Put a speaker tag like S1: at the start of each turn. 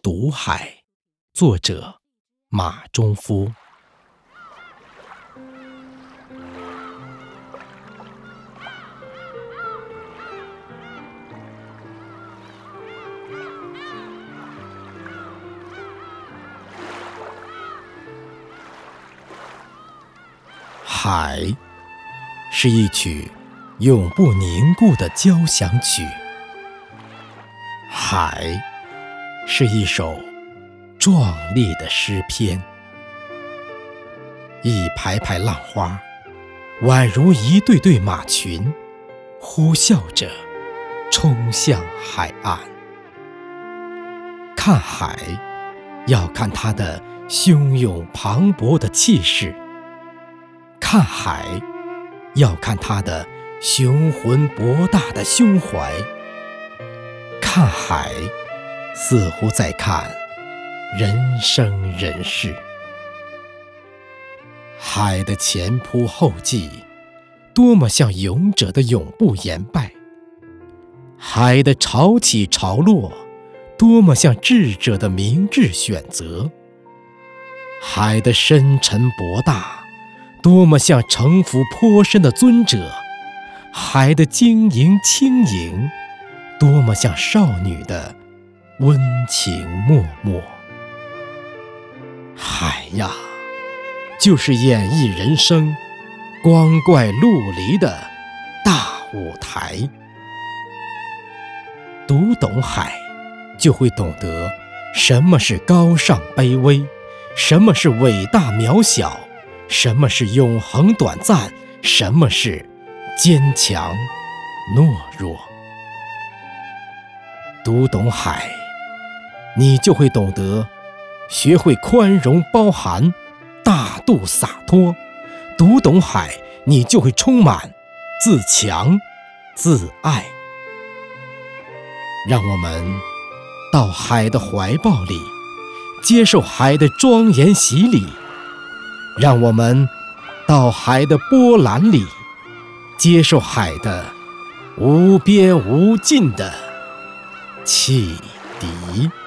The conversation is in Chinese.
S1: 读海，作者马中夫。海是一曲永不凝固的交响曲，海是一首壮丽的诗篇，一排排浪花宛如一对对马群，呼啸着冲向海岸。看海，要看它的汹涌磅礴的气势，看海，要看它的雄浑博大的胸怀。看海，似乎在看人生人世。海的前仆后继，多么像勇者的永不言败；海的潮起潮落，多么像智者的明智选择；海的深沉博大，多么像城府颇深的尊者；海的晶莹轻盈，多么像少女的温情脉脉。海呀，就是演绎人生光怪陆离的大舞台。读懂海，就会懂得什么是高尚卑微，什么是伟大渺小，什么是永恒短暂，什么是坚强懦弱。读懂海，你就会懂得学会宽容包涵，大度洒脱。读懂海，你就会充满自强自爱。让我们到海的怀抱里，接受海的庄严洗礼；让我们到海的波澜里，接受海的无边无尽的启迪。